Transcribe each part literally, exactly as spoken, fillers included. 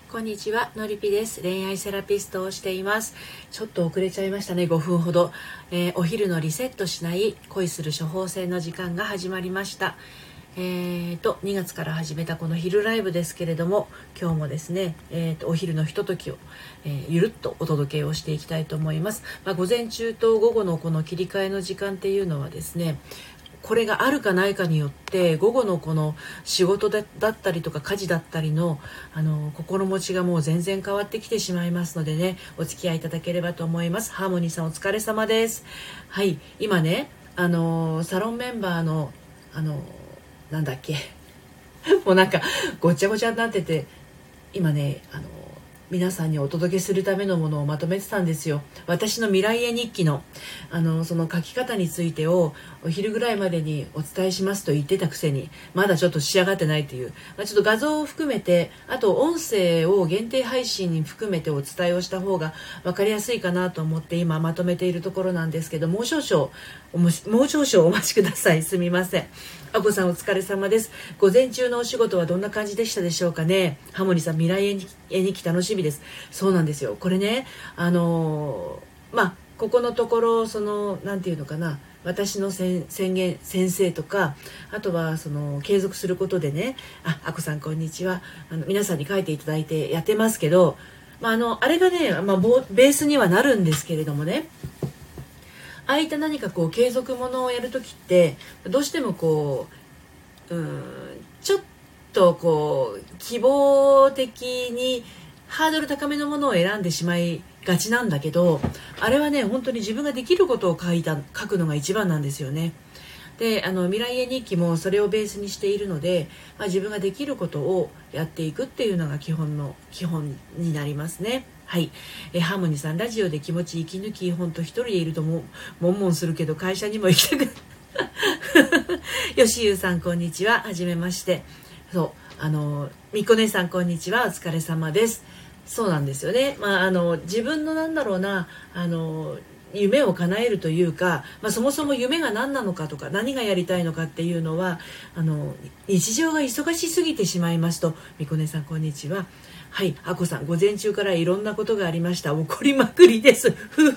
こんにちは、のりぴです。恋愛セラピストをしています。ちょっと遅れちゃいましたね、ごふんほど、えー、お昼のリセットしない恋する処方箋の時間が始まりました。えーとにがつから始めたこの昼ライブですけれども、今日もですね、えーとお昼のひとときを、えー、ゆるっとお届けをしていきたいと思います。まあ、午前中と午後のこの切り替えの時間っていうのはですね、これがあるかないかによって午後のこの仕事だったりとか家事だったりのあの心持ちがもう全然変わってきてしまいますのでね、お付き合いいただければと思います。ハーモニーさんお疲れ様です。はい、今ねあのサロンメンバーのあのなんだっけもうなんかごちゃごちゃになってて、今ねあの皆さんにお届けするためのものをまとめてたんですよ。私の未来へ日記のあのその書き方についてをお昼ぐらいまでにお伝えしますと言ってたくせに、まだちょっと仕上がってないという、まあ、ちょっと画像を含めて、あと音声を限定配信に含めてお伝えをした方が分かりやすいかなと思って今まとめているところなんですけど、もう少々おもしもう少々お待ちください。すみません。あこさんお疲れ様です。午前中のお仕事はどんな感じでしたでしょうかね。ハモニさん、未来へ日記楽しみです。そうなんですよ。これね、あのー、まあここのところ、そのなんていうのかな、私の宣言先生とか、あとはその継続することでね、ああこさんこんにちは、あの皆さんに書いていただいてやってますけど、まあ、あのあれがね、まあ、ベースにはなるんですけれどもね、ああいった何かこう継続ものをやるときってどうしてもこう、うーんちょっとこう希望的にハードル高めのものを選んでしまいがちなんだけど、あれはね本当に自分ができることを書いた書くのが一番なんですよね。で、あの未来へ日記もそれをベースにしているので、まあ、自分ができることをやっていくっていうのが基本の基本になりますね。はい、えハーモニーさん、ラジオで気持ち息抜き本当一人でいるとももんもんするけど会社にも行きたくよしゆうさんこんにちは、はじめまして。そうあのみこねさんこんにちは、お疲れ様です。そうなんですよね。まああの自分のなんだろうな、あの夢を叶えるというか、まあ、そもそも夢が何なのかとか何がやりたいのかっていうのは、あの日常が忙しすぎてしまいますと。みこねさんこんにちは。はい、あこさん、午前中からいろんなことがありました。怒りまくりです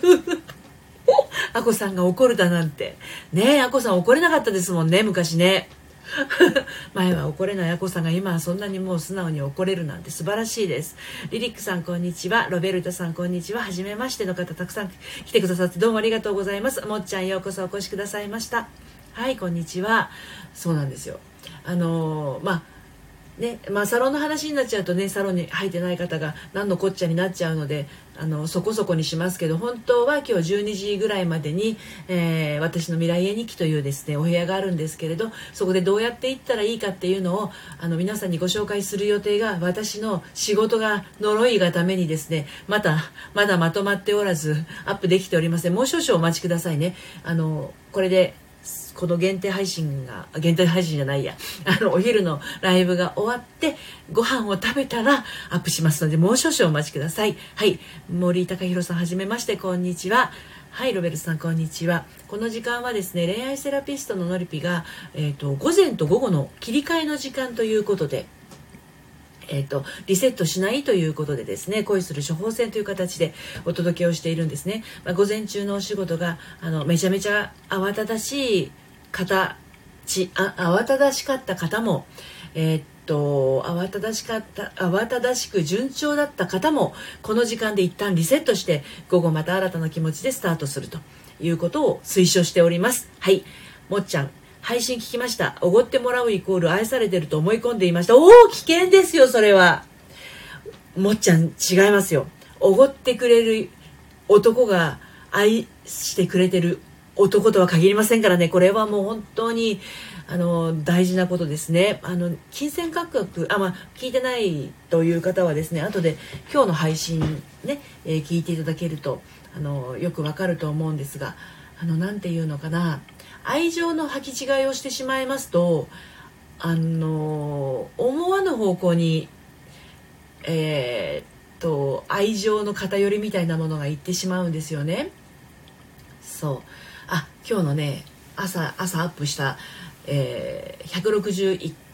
あこさんが怒るだなんてねえ、あこさん怒れなかったですもんね、昔ね前は怒れないあこさんが今はそんなにもう素直に怒れるなんて素晴らしいです。リリックさんこんにちは。ロベルトさんこんにちは。はじめましての方たくさん来てくださってどうもありがとうございます。もっちゃんようこそお越しくださいました。はい、こんにちは。そうなんですよ。あのー、まあねまあ、サロンの話になっちゃうとね、サロンに入ってない方が何のこっちゃになっちゃうので、あのそこそこにしますけど、本当は今日じゅうにじぐらいまでに、えー、私の未来へ日記というですねお部屋があるんですけれど、そこでどうやっていったらいいかっていうのをあの皆さんにご紹介する予定が、私の仕事が呪いがためにですね、またまだまとまっておらずアップできておりません。もう少々お待ちくださいね。あのこれでこの限定配信が限定配信じゃないやあのお昼のライブが終わってご飯を食べたらアップしますので、もう少々お待ちください。はい、森高弘さんはじめまして、こんにちは。はい、ロベルトさんこんにちは。この時間はですね、恋愛セラピストののりぴが、えーと、午前と午後の切り替えの時間ということで、えーと、リセットしないということでですね、恋する処方箋という形でお届けをしているんですね。まあ、午前中のお仕事があのめちゃめちゃ慌ただしい方ちあ慌ただしかった方も、えー、っと慌ただしかった慌ただしく順調だった方も、この時間で一旦リセットして午後また新たな気持ちでスタートするということを推奨しております。はい、もっちゃん配信聞きました。おごってもらうイコール愛されてると思い込んでいました。おお、危険ですよ、それは。もっちゃん違いますよ。おごってくれる男が愛してくれてる男とは限りませんからね。これはもう本当にあの大事なことですね。あの金銭感覚あ、まあ、聞いてないという方はですね、後で今日の配信ね、えー、聞いていただけるとあのよくわかると思うんですが、あのなんていうのかな、愛情の履き違いをしてしまいますと、あの思わぬ方向に、えー、っと愛情の偏りみたいなものがいってしまうんですよね。そう、あ、今日のね朝朝アップした、えー、ひゃくろくじゅういっ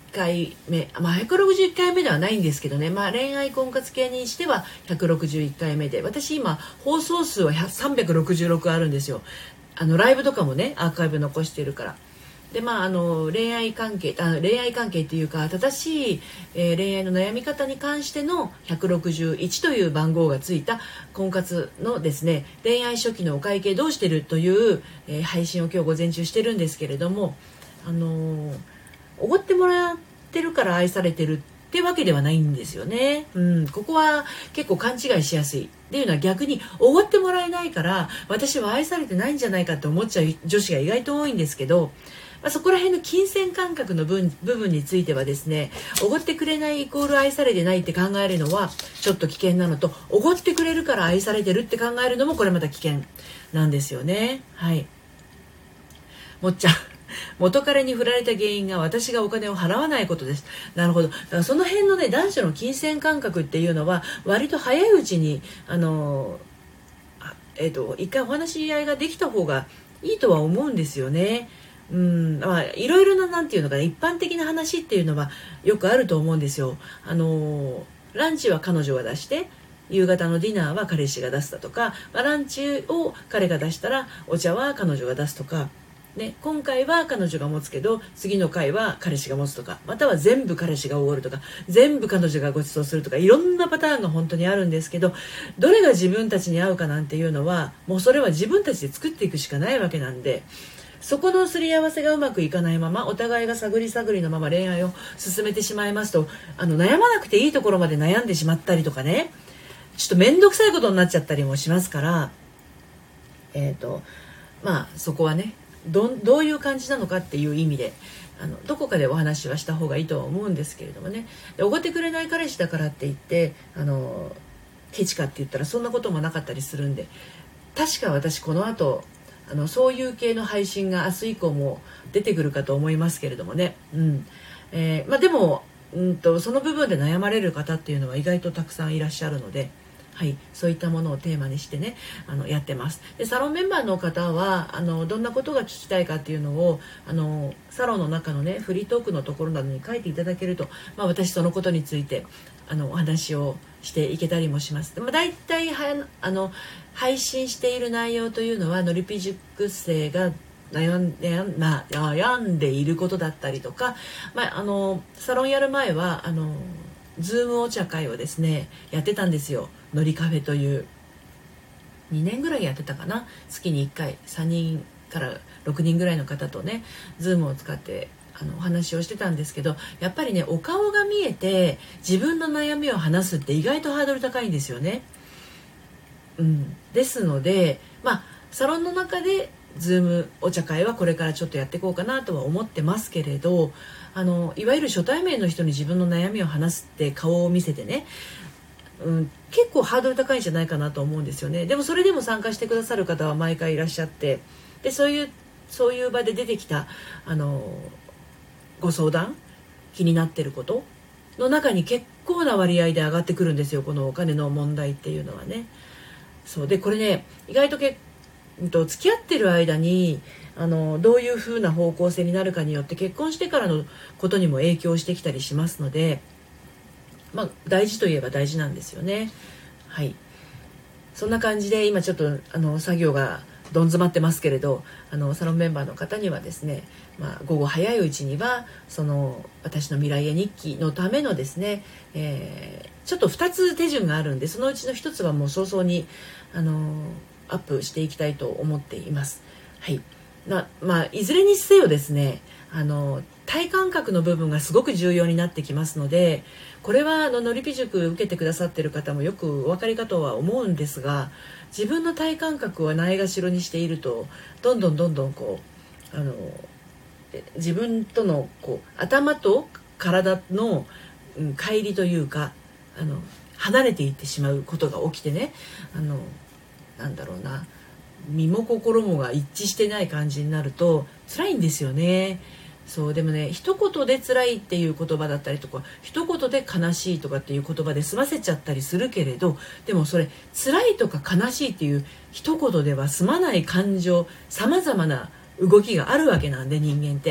かいめ、まあ、ひゃくろくじゅういっかいめではないんですけどね、まあ、恋愛婚活系にしてはひゃくろくじゅういっかいめで、私今放送数はさんびゃくろくじゅうろくあるんですよ。あのライブとかもねアーカイブ残してるから。でまあ、あの恋愛関係あ恋愛関係っていうか正しい、えー、恋愛の悩み方に関してのひゃくろくじゅういちという番号がついた婚活のですね恋愛初期のお会計どうしてるという、えー、配信を今日午前中してるんですけれども、あのー、おごってもらってるから愛されてるってわけではないんですよね、うん、ここは結構勘違いしやすいっていうのは、逆におごってもらえないから私は愛されてないんじゃないかって思っちゃう女子が意外と多いんですけど、まあ、そこら辺の金銭感覚の部分についてはですね、おごってくれないイコール愛されてないって考えるのはちょっと危険なのと、おごってくれるから愛されてるって考えるのもこれまた危険なんですよね。はい。もっちゃん、元彼に振られた原因が私がお金を払わないことです。なるほど。だからその辺のね、男女の金銭感覚っていうのは割と早いうちにあのえっと一回お話し合いができた方がいいとは思うんですよね。うん、まあ、いろいろななんていうのかな、一般的な話っていうのはよくあると思うんですよ。あのランチは彼女が出して夕方のディナーは彼氏が出すだとか、まあ、ランチを彼が出したらお茶は彼女が出すとか、ね、今回は彼女が持つけど次の回は彼氏が持つとか、または全部彼氏がおごるとか、全部彼女がご馳走するとか、いろんなパターンが本当にあるんですけど、どれが自分たちに合うかなんていうのはもうそれは自分たちで作っていくしかないわけなんで、そこのすり合わせがうまくいかないままお互いが探り探りのまま恋愛を進めてしまいますと、あの悩まなくていいところまで悩んでしまったりとかね、ちょっと面倒くさいことになっちゃったりもしますから、えーとまあそこはね ど, どういう感じなのかっていう意味であのどこかでお話はした方がいいとは思うんですけれどもね。おごってくれない彼氏だからって言ってあのケチかって言ったらそんなこともなかったりするんで、確か私この後あのそういう系の配信が明日以降も出てくるかと思いますけれどもね、うんえーまあ、でもうんとその部分で悩まれる方っていうのは意外とたくさんいらっしゃるので、はい、そういったものをテーマにしてねあのやってます。でサロンメンバーの方はあのどんなことが聞きたいかっていうのをあのサロンの中のねフリートークのところなどに書いていただけると、まあ、私そのことについてあのお話をしていけたりもします。でもだいたいはあの配信している内容というのはのりぴ塾生が悩んで、まあ、悩んでいることだったりとか、まあ、あのサロンやる前はあのズームお茶会をですねやってたんですよ。のりカフェというにねんぐらいやってたかな。月にいっかいさんにんからろくにんぐらいの方とねズームを使ってあのお話をしてたんですけど、やっぱりねお顔が見えて自分の悩みを話すって意外とハードル高いんですよね。うん、ですのでまあサロンの中でズームお茶会はこれからちょっとやっていこうかなとは思ってますけれど、あのいわゆる初対面の人に自分の悩みを話すって顔を見せてね、うん、結構ハードル高いんじゃないかなと思うんですよね。でもそれでも参加してくださる方は毎回いらっしゃって、でそういうそういう場で出てきたあのご相談気になってることの中に結構な割合で上がってくるんですよ、このお金の問題っていうのはね。そうでこれね意外とけと付き合ってる間にあのどういう風な方向性になるかによって結婚してからのことにも影響してきたりしますので、まあ大事といえば大事なんですよね。はい、そんな感じで今ちょっとあの作業がどん詰まってますけれど、あのサロンメンバーの方にはですね、まあ、午後早いうちにはその私の未来へ日記のためのですね、えー、ちょっとふたつ手順があるんで、そのうちのひとつはもう早々にあのアップしていきたいと思っています。はい、なまあいずれにせよですね、あの体感覚の部分がすごく重要になってきますので、これはあののりぴ塾受けてくださってる方もよくお分かりかとは思うんですが、自分の体感覚をないがしろにしているとどんどんどんどんこうあの自分とのこう頭と体の、うん、乖離というかあの離れていってしまうことが起きてね、あのなんだろうな身も心もが一致してない感じになると辛いんですよね。そうでもね一言で辛いっていう言葉だったりとか一言で悲しいとかっていう言葉で済ませちゃったりするけれど、でもそれ辛いとか悲しいっていう一言では済まない感情、さまざまな動きがあるわけなんで人間って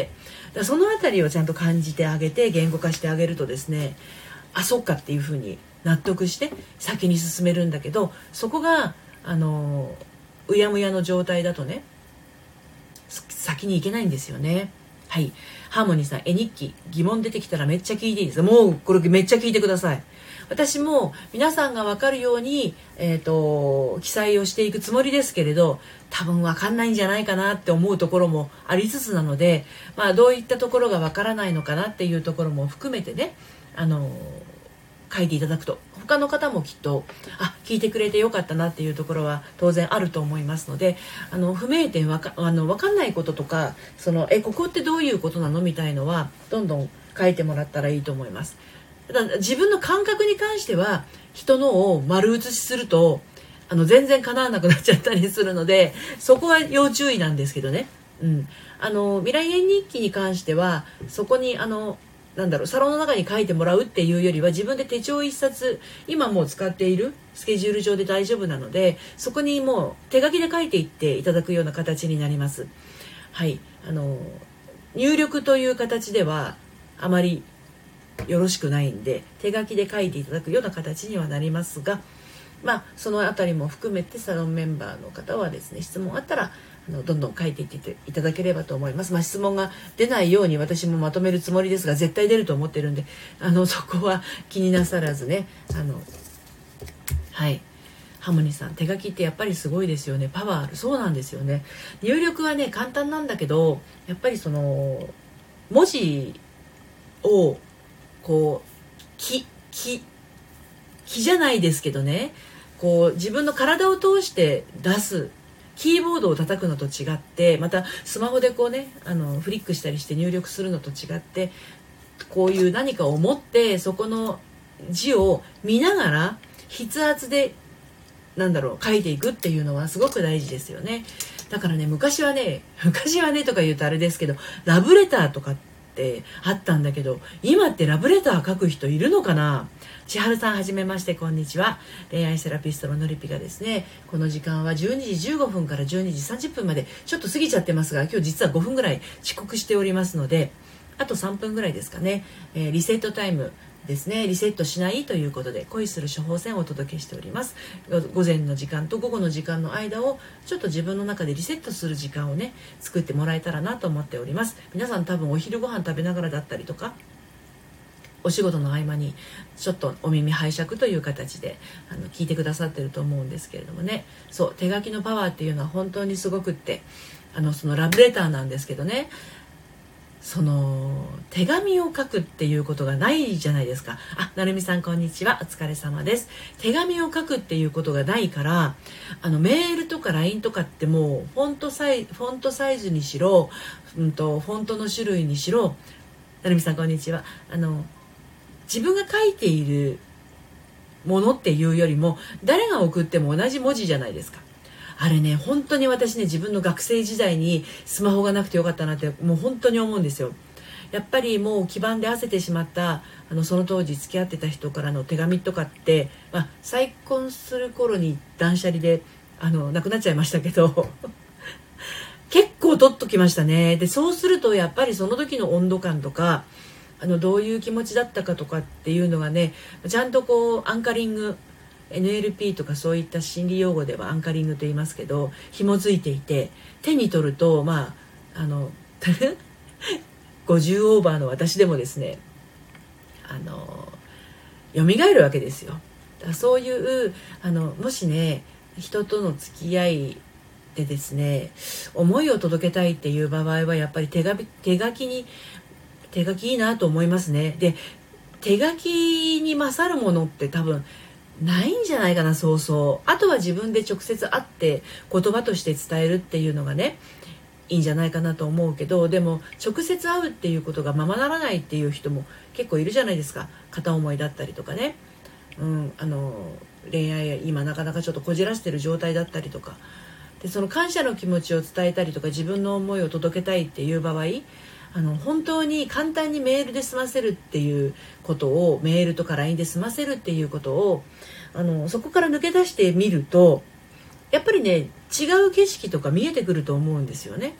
らそのあたりをちゃんと感じてあげて言語化してあげるとですね、あ、そっかっていうふうに納得して先に進めるんだけど、そこがあのうやむやの状態だとね、先に行けないんですよね。はい、ハーモニーさん、絵日記疑問出てきたらめっちゃ聞いていいですか？もうこれめっちゃ聞いてください。私も皆さんが分かるように、えーと、記載をしていくつもりですけれど、多分分かんないんじゃないかなって思うところもありつつなので、まあ、どういったところが分からないのかなっていうところも含めてね、あの書いていただくと、他の方もきっとあ聞いてくれてよかったなっていうところは当然あると思いますので、あの不明点わかあの分かんないこととか、そのえここってどういうことなのみたいのはどんどん書いてもらったらいいと思います。ただ自分の感覚に関しては人のを丸写しするとあの全然叶わなくなっちゃったりするので、そこは要注意なんですけどね、うん、あの未来園日記に関してはそこにあのなんだろうサロンの中に書いてもらうっていうよりは、自分で手帳一冊今もう使っているスケジュール上で大丈夫なので、そこにもう手書きで書いていっていただくような形になります。はい、あの入力という形ではあまりよろしくないんで、手書きで書いていただくような形にはなりますが、まあそのあたりも含めてサロンメンバーの方はですね、質問あったらあのどんどん書いていっていただければと思います。まあ、質問が出ないように私もまとめるつもりですが、絶対出ると思ってるんで、あのそこは気になさらずね、あのはいハモニさん、手書きってやっぱりすごいですよね。パワーある。そうなんですよね。入力はね簡単なんだけど、やっぱりその文字をこう気気気じゃないですけどね、こう自分の体を通して出す、キーボードを叩くのと違って、またスマホでこうねあのフリックしたりして入力するのと違って、こういう何かを持ってそこの字を見ながら筆圧でなんだろう書いていくっていうのはすごく大事ですよね。だからね、昔はね昔はねとか言うとあれですけど、ラブレターとかってあったんだけど、今ってラブレター書く人いるのかな。千春さん、はじめまして、こんにちは。恋愛セラピストののりぴがですね、この時間はじゅうにじじゅうごふんからじゅうにじさんじゅっぷんまでちょっと過ぎちゃってますが、今日実はごふんぐらい遅刻しておりますので、あとさんぷんぐらいですかね、えー、リセットタイムですね。リセットしないということで恋する処方箋をお届けしております。午前の時間と午後の時間の間をちょっと自分の中でリセットする時間をね作ってもらえたらなと思っております。皆さん多分お昼ご飯食べながらだったりとか、お仕事の合間にちょっとお耳拝借という形であの聞いてくださってると思うんですけれどもね、そう手書きのパワーっていうのは本当にすごくって、あのそのラブレターなんですけどね、その手紙を書くっていうことがないじゃないですか。あ、なるみさん、こんにちは、お疲れ様です。手紙を書くっていうことがないから、あのメールとか ライン とかってもうフォントサイフォントサイズにしろ、うんとフォントの種類にしろ、なるみさん、こんにちは、あの自分が書いているものっていうよりも誰が送っても同じ文字じゃないですか。あれね、本当に私ね、自分の学生時代にスマホがなくてよかったなってもう本当に思うんですよ。やっぱりもう基盤で焦ってしまったあのその当時付き合ってた人からの手紙とかって、まあ、再婚する頃に断捨離であの亡くなっちゃいましたけど結構取っときましたね。でそうするとやっぱりその時の温度感とか、あのどういう気持ちだったかとかっていうのがね、ちゃんとこうアンカリング、 エヌエルピー とかそういった心理用語ではアンカリングと言いますけど、紐づいていて手に取ると、まああのごじゅうオーバーの私でもですね、あの蘇るわけですよ。だからそういうあのもしね人との付き合いでですね思いを届けたいっていう場合はやっぱり手紙手書きに手書きいいなと思いますね。で手書きに勝るものって多分ないんじゃないかな、そうそう。あとは自分で直接会って言葉として伝えるっていうのがねいいんじゃないかなと思うけど、でも直接会うっていうことがままならないっていう人も結構いるじゃないですか。片思いだったりとかね、うん、あの恋愛今なかなかちょっとこじらせてる状態だったりとかで、その感謝の気持ちを伝えたりとか自分の思いを届けたいっていう場合、あの本当に簡単にメールで済ませるっていうことを、メールとか ライン で済ませるっていうことをあのそこから抜け出してみるとやっぱりね違う景色とか見えてくると思うんですよね。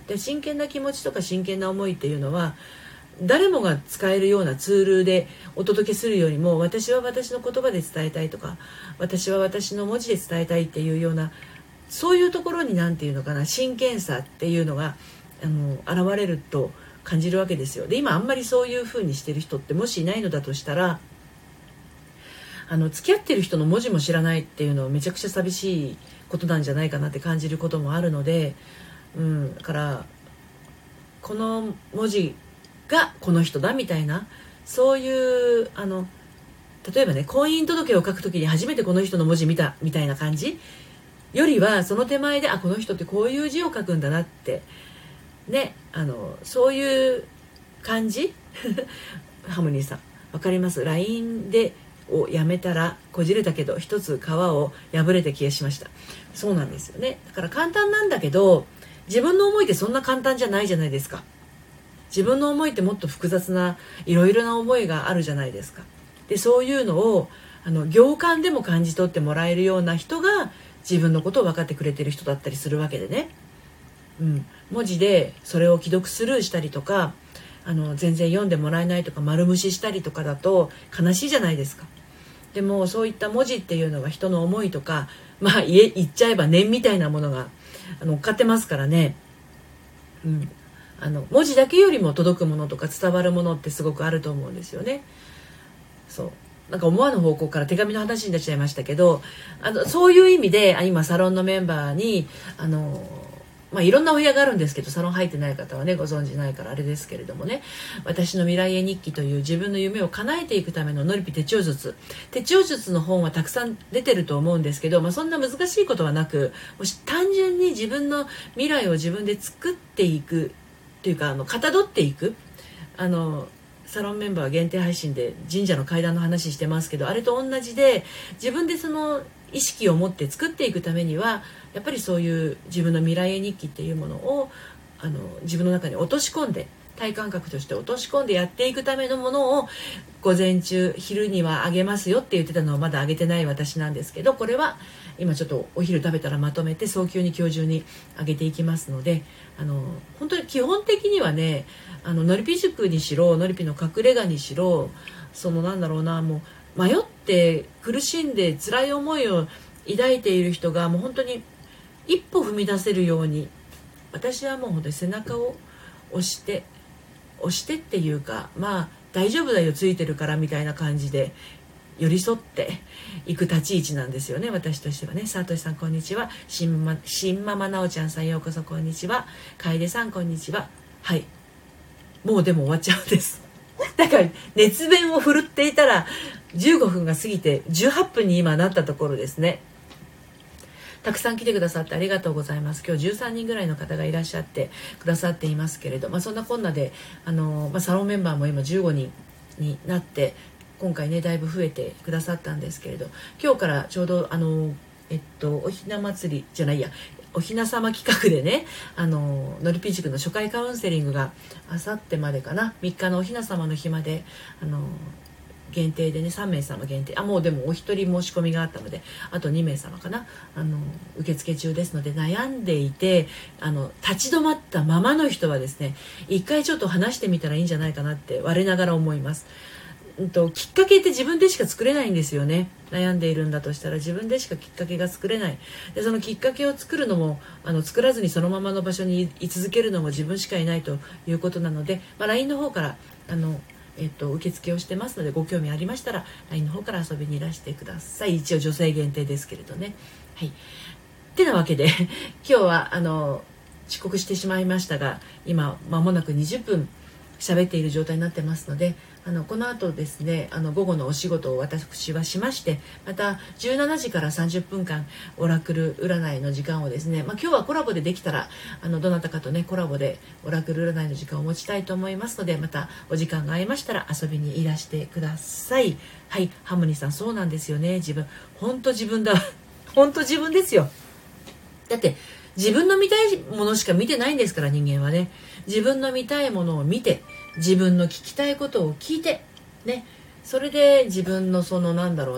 で真剣な気持ちとか真剣な思いっていうのは誰もが使えるようなツールでお届けするよりも、私は私の言葉で伝えたいとか、私は私の文字で伝えたいっていうような、そういうところに何て言うのかな、真剣さっていうのがあの現れると感じるわけですよ。で今あんまりそういう風にしてる人ってもしいないのだとしたら、あの付き合ってる人の文字も知らないっていうのはめちゃくちゃ寂しいことなんじゃないかなって感じることもあるので、うん、だからこの文字がこの人だみたいな、そういうあの例えばね、婚姻届を書くときに初めてこの人の文字見たみたいな感じよりは、その手前であこの人ってこういう字を書くんだなってね、あのそういう感じハムニーさんわかります？ ライン でをやめたらこじれたけど一つ皮を破れて消しました。そうなんですよね。だから簡単なんだけど、自分の思いってそんな簡単じゃないじゃないですか。自分の思いってもっと複雑ないろいろな思いがあるじゃないですか。でそういうのをあの行間でも感じ取ってもらえるような人が自分のことを分かってくれてる人だったりするわけでね、うん、文字でそれを既読スルーしたりとか、あの全然読んでもらえないとか丸無視したりとかだと悲しいじゃないですか。でもそういった文字っていうのは人の思いとか、まあ言っちゃえば念みたいなものが乗っかってますからね、うん、あの文字だけよりも届くものとか伝わるものってすごくあると思うんですよね。そうなんか思わぬ方向から手紙の話になっちゃいましたけど、あのそういう意味で今サロンのメンバーにあのまあ、いろんなお部屋があるんですけど、サロン入ってない方はねご存じないからあれですけれどもね、私の未来へ日記という自分の夢を叶えていくためののりぴ手帳術手帳術の本はたくさん出てると思うんですけど、まあ、そんな難しいことはなく、もし単純に自分の未来を自分で作っていくというか、あのかたどっていく、あのサロンメンバー限定配信で神社の階段の話してますけど、あれと同じで自分でその意識を持って作っていくためにはやっぱりそういう自分の未来へ日記っていうものをあの自分の中に落とし込んで、体感覚として落とし込んでやっていくためのものを午前中昼にはあげますよって言ってたのをまだあげてない私なんですけど、これは今ちょっとお昼食べたらまとめて早急に今日中にあげていきますので、あの本当に基本的にはね、あののりぴ塾にしろのりぴの隠れ家にしろ、そのなんだろうな、もう迷って苦しんで辛い思いを抱いている人がもう本当に一歩踏み出せるように、私はもう本当に背中を押して押してっていうか、まあ大丈夫だよついてるからみたいな感じで寄り添っていく立ち位置なんですよね、私としてはね。さとしさんこんにちは。新マ新ママなおちゃんさんようこそこんにちは。楓さんこんにちは。はい、もうでも終わっちゃうんですだから熱弁を振るっていたらじゅうごふんが過ぎてじゅうはっぷんに今なったところですね。たくさん来てくださってありがとうございます。今日じゅうさんにんぐらいの方がいらっしゃってくださっていますけれど、まあ、そんなこんなであの、まあ、サロンメンバーも今じゅうごにんになって今回ねだいぶ増えてくださったんですけれど、今日からちょうどあのえっとおひな祭りじゃないやおひな様企画でね、あののりぴ塾の初回カウンセリングがあさってまでかな、みっかのおひな様の日まであの限定でねさんめいさま限定、あもうでもお一人申し込みがあったのであとにめいさまかな、あの受付中ですので、悩んでいてあの立ち止まったままの人はですね、一回ちょっと話してみたらいいんじゃないかなって我ながら思います。うんと、きっかけって自分でしか作れないんですよね。悩んでいるんだとしたら自分でしかきっかけが作れない。でそのきっかけを作るのもあの作らずにそのままの場所に居続けるのも自分しかいないということなので、まあ、ライン の方からあのえっと、受付をしてますので、ご興味ありましたら ライン の方から遊びにいらしてください。一応女性限定ですけれどね。はい。ってなわけで今日はあの遅刻してしまいましたが、今間もなくにじゅっぷん喋っている状態になってますので、あのこの後ですね、あの午後のお仕事を私はしまして、またじゅうしちじからさんじゅっぷんかんオラクル占いの時間をですね、まあ、今日はコラボでできたらあのどなたかとねコラボでオラクル占いの時間を持ちたいと思いますので、またお時間が合いましたら遊びにいらしてください。はい、ハムニさんそうなんですよね。自分本当自分だ本当自分ですよ。だって自分の見たいものしか見てないんですから、人間はね。自分の見たいものを見て、自分の聞きたいことを聞いてね、それで自分のそのなんだろうな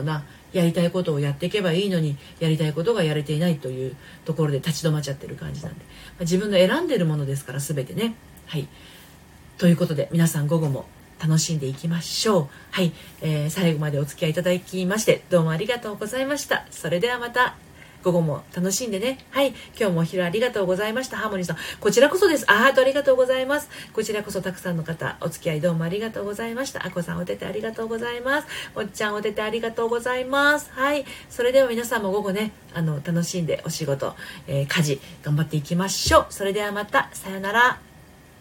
やりたいことをやっていけばいいのに、やりたいことがやれていないというところで立ち止まっちゃってる感じなんで、まあ、自分の選んでるものですから、全てね。はい。ということで、皆さん午後も楽しんでいきましょう。はい、えー、最後までお付き合いいただきましてどうもありがとうございました。それではまた午後も楽しんでね。はい、今日もお昼ありがとうございました。ハーモニーさん、こちらこそです。あハートありがとうございます。こちらこそたくさんの方お付き合いどうもありがとうございました。あこさんお手手ありがとうございます。おっちゃんお手手ありがとうございます。はい、それでは皆さんも午後ね、あの楽しんでお仕事、えー、家事頑張っていきましょう。それではまた、さよなら。